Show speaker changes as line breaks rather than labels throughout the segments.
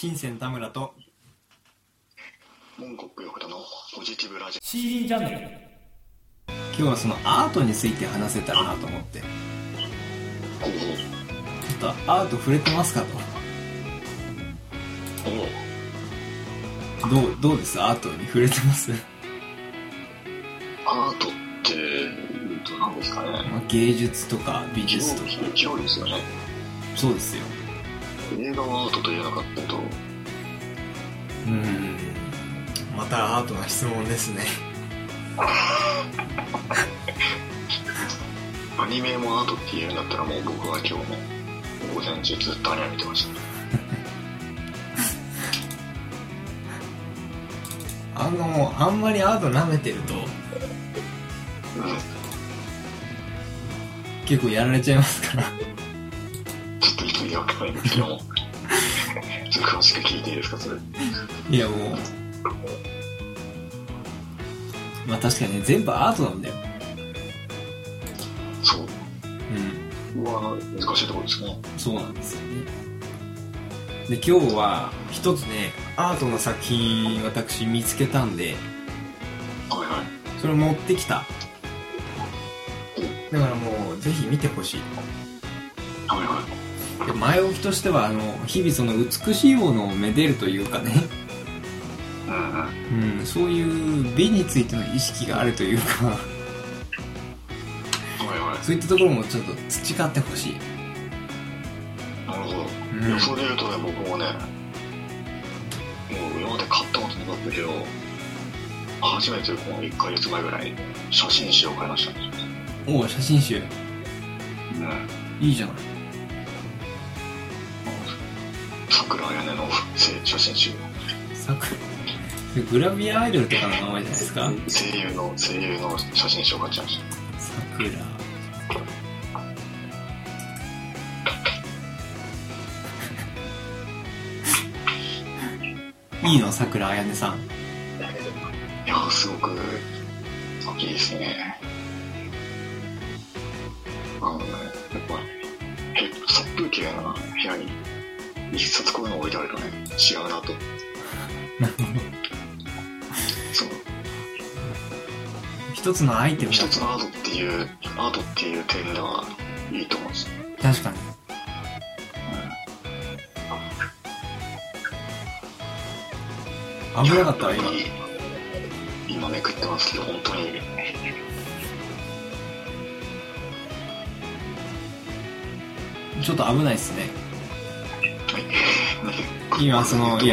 新鮮田村と
モンコック横田のポジティブラジオ
CD チャンネル。今日はそのアートについて話せたらなと思って。ちょっとアート触れてますかと。どうですアートに触れてます
アートって何ですかね、
芸術とか美術とか
広いですよね。
そうですよ。
映画はアートと言えなかったけど、
またアートな質問ですね
アニメもアートって言えるんだったらもう僕は今日も午前中ずっとアニメ見てました
あんまりアート舐めてると、結構やられちゃいますから
ちょっと意味わかんないんですけどもちょっと詳しく聞いていいですかそれ。
いやもうまあ確かにね、全部アートなんだよ。
そう。難しいところですね。
そうなんですよね。で今日は一つね、アートの作品私見つけたんで、それを持ってきた。だからもうぜひ見てほしい。で前置きとしては日々その美しいものをめでるというかね、そういう美についての意識があるというかそういったところもちょっと培ってほしい。
なるほど。それで言うとね、僕もね、もう今まで買ったことなかったけど、初めてこの1ヶ月前ぐらいに写真集を買いました。
おお、写真集。いいじゃない。
桜彩音の写真集。
グラビアアイドルとかの名前じゃないですか。
声優の写真集を買っちゃいました。
桜。いいの、桜彩音さん。
いや、すごくいいですね。やっぱ殺風景な部屋に一冊こういうの置いてあるとね、違うなと。
なるほど。
そう。
一つのアイテムだ。
一つのアートっていう点ではいいと思うんです。
確かに。危なかったわ
今めくってますけど、本当に
ちょっと危ないっすね。今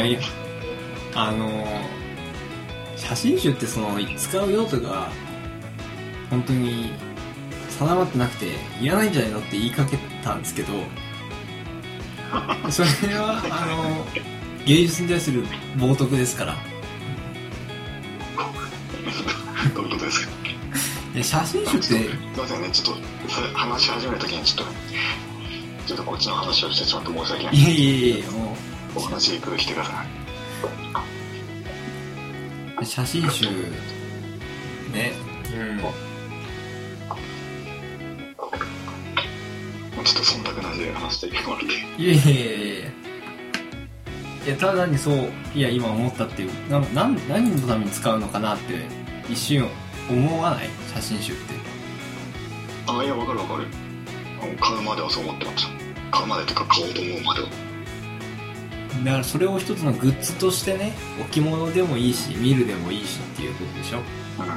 写真集ってその使う用途が本当に定まってなくていらないんじゃないのって言いかけたんですけどそれは芸術に対する冒涜ですから。
どういうことですか。
写真集ってすい
ませんね、ちょっとそれ話し始めるときにちょっとこっちの話をしてしまって申し訳ない。
いやも
うお話いくしてくださ
い。写真集ね、
ちょっと忖度なしで話してもらって。
いやただに今思ったっていう何のために使うのかなって一瞬思わない？写真集って。
いや、わかる買うまではそう思ってました。買うまでとか買おうと思うまでは。
だからそれを一つのグッズとしてね、置物でもいいし見るでもいいしっていうことでしょ。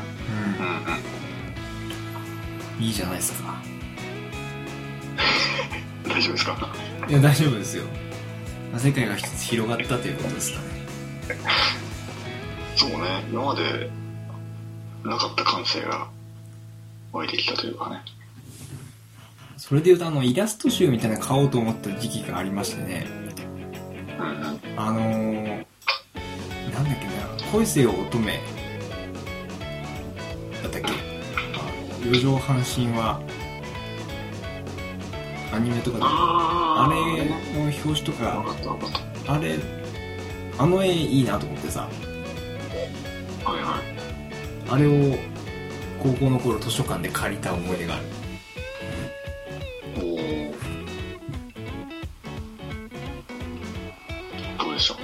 いいじゃないですか
大丈夫ですか。
いや大丈夫ですよ。世界が一つ広がったということですかね。
そうね、今までなかった感性が湧いてきたというかね。
それでいうとイラスト集みたいなの買おうと思った時期がありましてね。なんだっけな、恋せよ乙女だったっけ。四畳半神話アニメとかであれの表紙とか、あの絵いいなと思ってさ、あれを高校の頃図書館で借りた思い出がある。
どうでしした？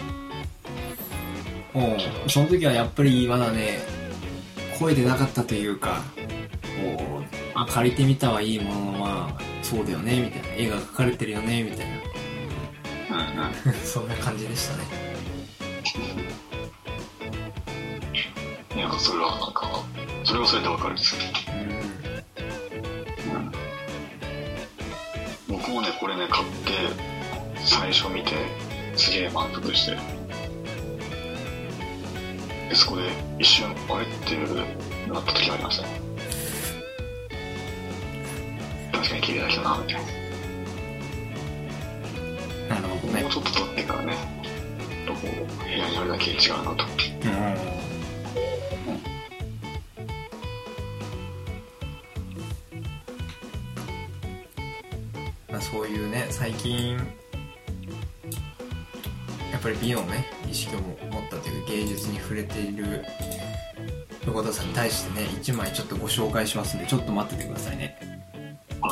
その時はやっぱりまだね、声でなかったというか、借りてみたはいいものの、まあそうだよねみたいな、絵が描かれてるよねみたいなそんな感じでしたね。
いや、それはなんかそれはそれでわかるんですよ。僕もねこれね買って最初見てすげえ満足して、でそこで一瞬あれってなった時がありましたね。確かに綺麗だけどなみたい
な。なるほどね。
もうちょっと経ってからね、部屋にあるだけ違うなと。
そういうね、最近やっぱり美のね意識を持ったというか、芸術に触れている横田さんに対してね、1枚ちょっとご紹介しますんで、ちょっと待っててくださいね。
はい。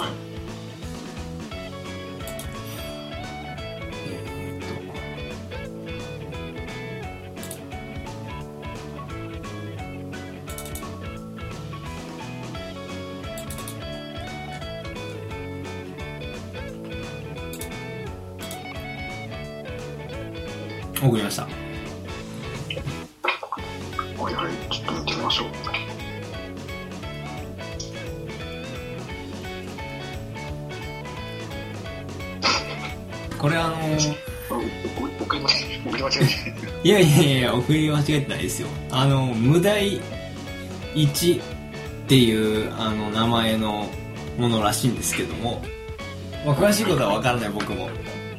送りました。
はいはい、ちょっと見てみましょう。
これ
送り間違えて
いや送り間違えてないですよ。無題1っていう名前のものらしいんですけども、まあ、詳しいことは分からない僕も。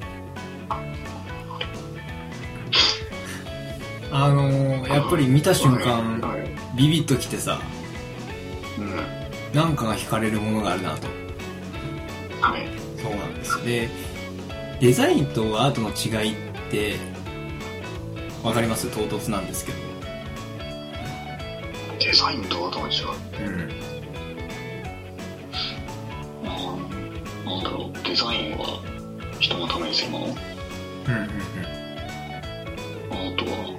やっぱり見た瞬間ビビッときてさ、なんかが惹かれるものがあるなと。
はい。
そうなんです。で、デザインとアートの違いって分かります？唐突なんですけど。
デザインとアートの違い。なんだろう、デザインは人のためにするもの。アートは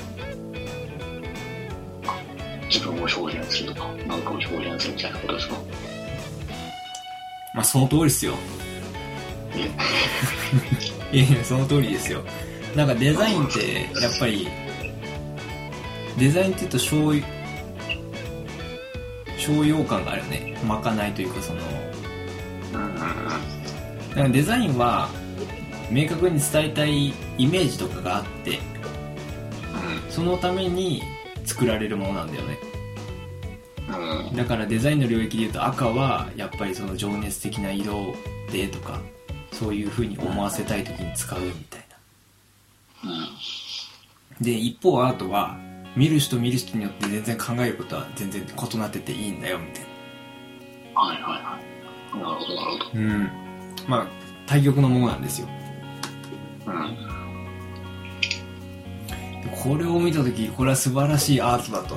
自分を表現するとか、何かを表現するみたいなことですか？
まあその通りですよ。いやその通りですよ。なんかデザインってやっぱりデザインって言うと商用感があるよね。まかないというか、そのだからデザインは明確に伝えたいイメージとかがあって、そのために作られるものなんだよね。だからデザインの領域でいうと、赤はやっぱりその情熱的な色でとか、そういう風に思わせたい時に使うみたいな。で一方アートは見る人見る人によって全然考えることは全然異なってていいんだよみたいな。
はいはいはい。なるほどなるほど。
まあ対極のものなんですよ。これを見た時、これは素晴らしいアートだと。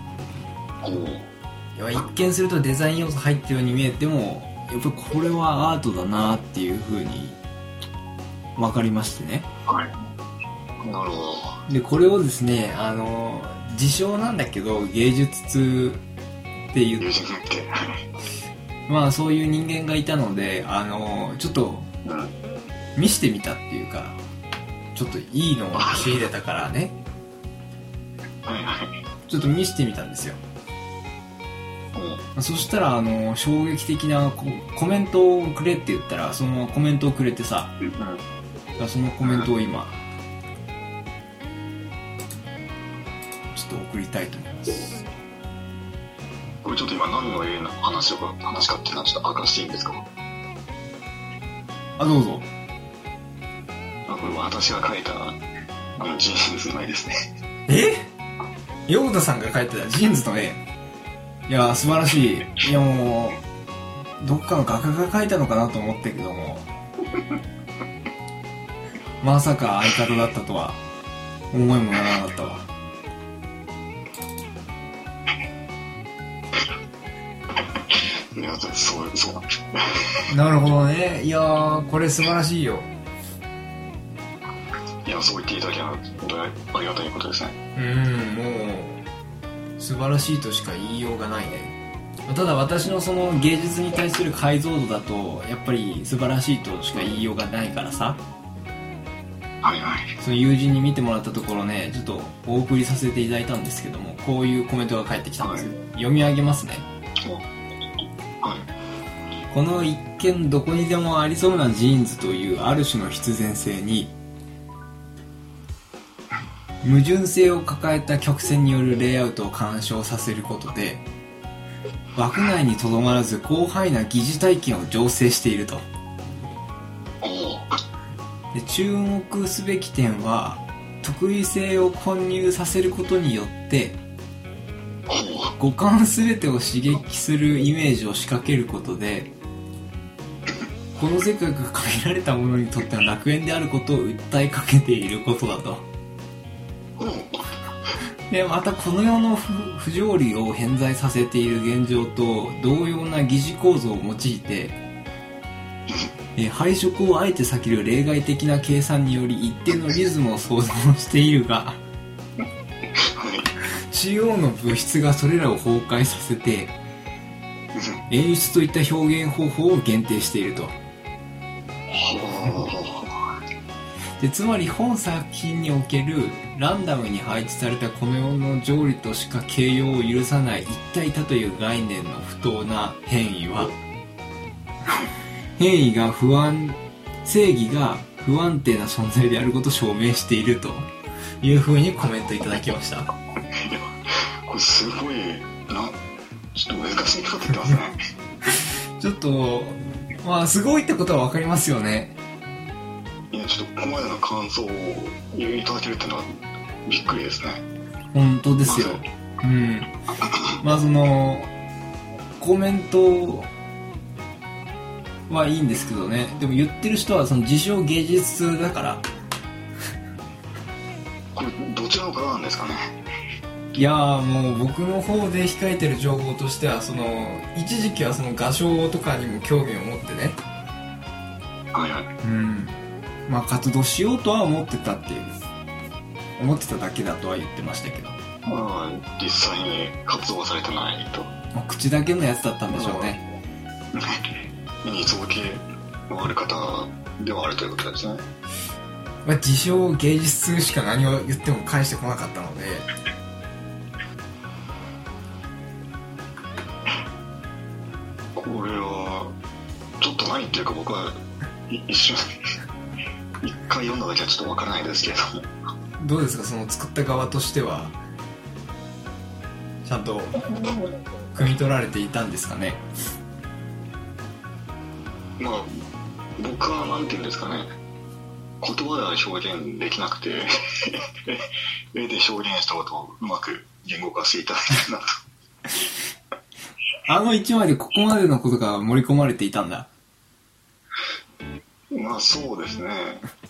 一見するとデザイン要素入ってるように見えても、やっぱりこれはアートだなっていう風に分かりましてね。
はい。なるほど。
でこれをですね、自称なんだけど芸術通っていう、まあそういう人間がいたので、ちょっと見してみたっていうか、ちょっといいのを仕入れたからね、ちょっと見してみたんですよ。そしたら衝撃的なコメントをくれって言ったら、そのコメントをくれてさ、そのコメントを今ちょっと送りたいと思います。
これちょっと今何の絵の話かっていうのはちょっと明かしていいんですか？
あ、どうぞ。
これ私が描いたジーンズの絵ですね。
横田さんが描いてたジーンズの絵。いや素晴らしい。いやもうどっかの画家が描いたのかなと思ったけどもまさか相方だったとは思いもならなかったわ。
いやそうなんです。
なるほどね。いやこれ素晴らしいよ。
いいや、そう言っていただけたら本当にありがたいことですね。
もう素晴らしいとしか言いようがないね。ただ私のその芸術に対する解像度だとやっぱり素晴らしいとしか言いようがないからさ、
はいはい。
その友人に見てもらったところね、ちょっとお送りさせていただいたんですけども、こういうコメントが返ってきたんですよ、読み上げますね。
はい。
この一見どこにでもありそうなジーンズというある種の必然性に矛盾性を抱えた曲線によるレイアウトを干渉させることで枠内にとどまらず広範囲な疑似体験を醸成していると。で注目すべき点は特異性を混入させることによって五感全てを刺激するイメージを仕掛けることでこの世界が限られたものにとっては楽園であることを訴えかけていることだと。でまたこの世の不条理を偏在させている現状と同様な疑似構造を用いて配色をあえて避ける例外的な計算により一定のリズムを創造しているが中央の物質がそれらを崩壊させて演出といった表現方法を限定していると。でつまり本作品におけるランダムに配置されたこの世の条理としか形容を許さない一体多という概念の不当な変異は正義が不安定な存在であることを証明しているというふうにコメントいただきました。
いや、これすごいちょっと難しいこと言ってますね。
ちょっとまあすごいってことは分かりますよね。
いや、ちょっとここまでの感想をいただけるっていうのはびっくりですね。
本当ですよ。まあそのコメントはいいんですけどね、でも言ってる人はその自称芸術だから
これどちらの方なんですかね。
いやーもう僕の方で控えてる情報としては一時期はその画商とかにも興味を持ってね、
はいはい、
まあ活動しようとは思ってただけだとは言ってましたけど、
まあ実際に活動はされてないと。
口だけのやつだったんでしょうね。
目に造形のある方ではあるということですね。
まあ、自称芸術しか何を言っても返してこなかったので、
これはちょっと何言ってるか僕は一瞬一回読んだだけはちょっとわからないですけれども。
どうですか、その作った側としてはちゃんと汲み取られていたんですかね。
まあ僕はなんていうんですかね、言葉では表現できなくて絵で表現したことをうまく言語化していただきたいなと。
あの一枚でここまでのことが盛り込まれていたんだ。
まあそうですね。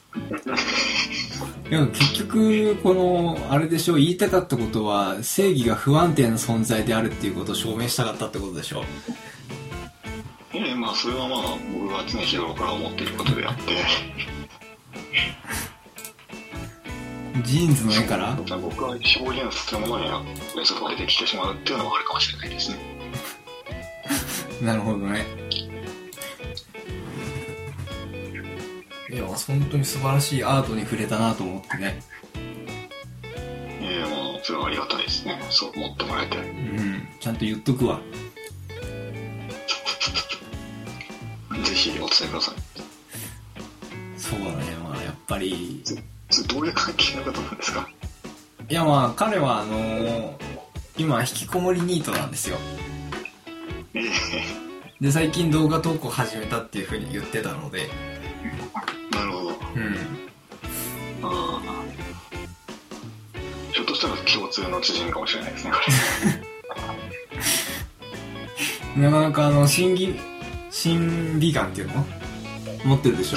でも結局このあれでしょ、言いたかったことは正義が不安定な存在であるっていうことを証明したかったってことでしょ。
まあそれはまあ僕は常日頃から思っていることであって
ジーンズの絵から
僕は表現するものにはそこが出てきてしまうっていうのはあるかもしれないですね。
なるほどね。いや本当に素晴らしいアートに触れたなと思ってね。
まあそれはありがたいですね、そう思ってもらえて。
ちゃんと言っとくわ。
ぜひお伝えください。
そうだね、まあやっぱり
どういう関係の方なんですか。
いやまあ彼は今引きこもりニートなんですよ。で最近動画投稿始めたっていう風に言ってたので。
なるほど。ひょっとしたら共通の知人かもしれないですね、こ
れ。なかなか審美眼っていうの持ってるでしょ。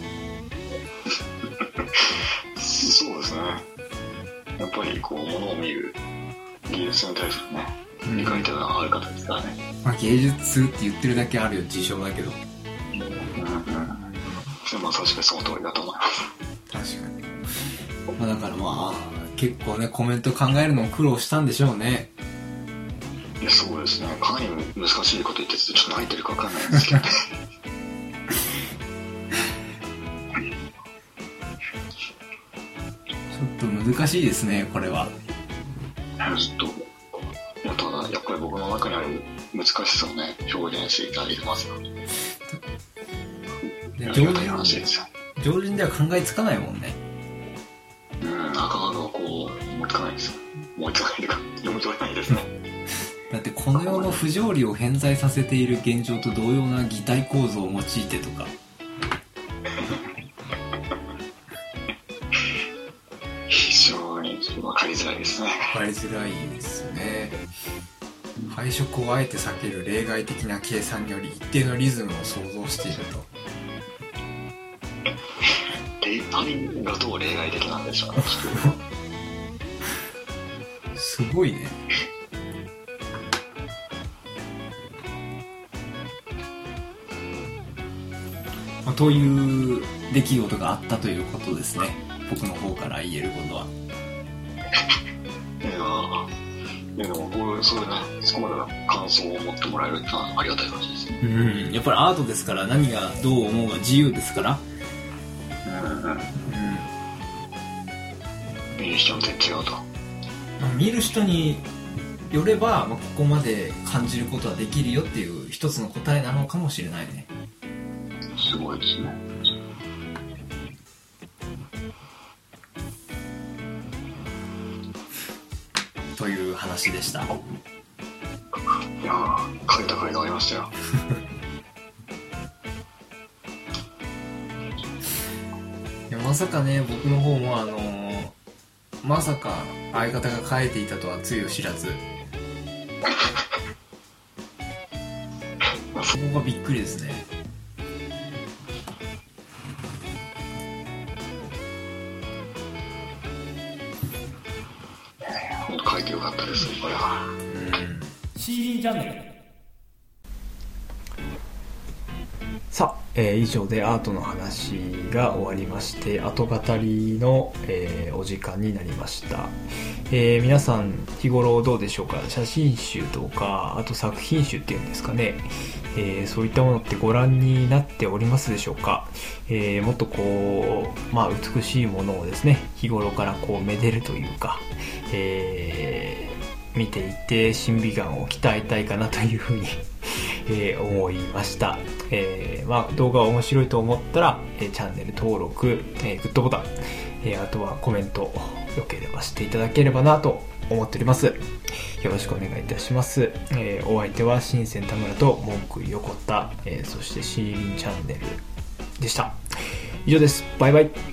そうですね。やっぱりこう物を見る技術に対するね、理解っていうのはある方ですからね。
まあ芸術って言ってるだけあるよ、自称だけど。
まあ確かにその通りだと思います。
確かに。 だから結構ねコメント考えるのも苦労したんでしょうね。
いやそうですね、かなり難しいこと言っててちょっと泣いてるか分かんないんですけどね
ちょっと難しいですねこれは。
ちょっとただやっぱり僕の中にある難しさをね表現していただいてますよ。
常人では考えつかないもんね。
なかなかこう思いつかないです。思いつかないというか読み取れないですね
だってこの世の不条理を偏在させている現状と同様な擬態構造を用いてとか
非常に分かりづらいですね。
分かりづらいですね。配色をあえて避ける例外的な計算により一定のリズムを創造していると。
何がどう例外的なんでしょうね
すごいね。という出来事があったということですね。僕の方から言えることは。
いやでもそういうね、そこまでの感想を持ってもらえるってのはありがたい話ですね。
やっぱりアートですから何がどう思うが自由ですから。
見る人に全然違うと。
見る人によれば、ここまで感じることはできるよっていう一つの答えなのかもしれないね。
すごいですね。
という話でした。
いやー、書いた甲斐がありましたよ
いやまさかね、僕の方もまさか相方が書いていたとはつゆ知らずそこがびっくりですね。
書いてよかったですこれは。
シーリンチャンネル。
さあ、以上でアートの話が終わりまして、後語りの、お時間になりました。皆さん日頃どうでしょうか。写真集とかあと作品集っていうんですかね、そういったものってご覧になっておりますでしょうか。もっとこう、美しいものをですね、日頃からこうめでるというか、見ていて審美眼を鍛えたいかなというふうに思いました。動画が面白いと思ったら、チャンネル登録、グッドボタン、あとはコメントよければしていただければなと思っております。よろしくお願いいたします。お相手は新鮮田村と文句横田、そしてシーリンチャンネルでした。以上です。バイバイ。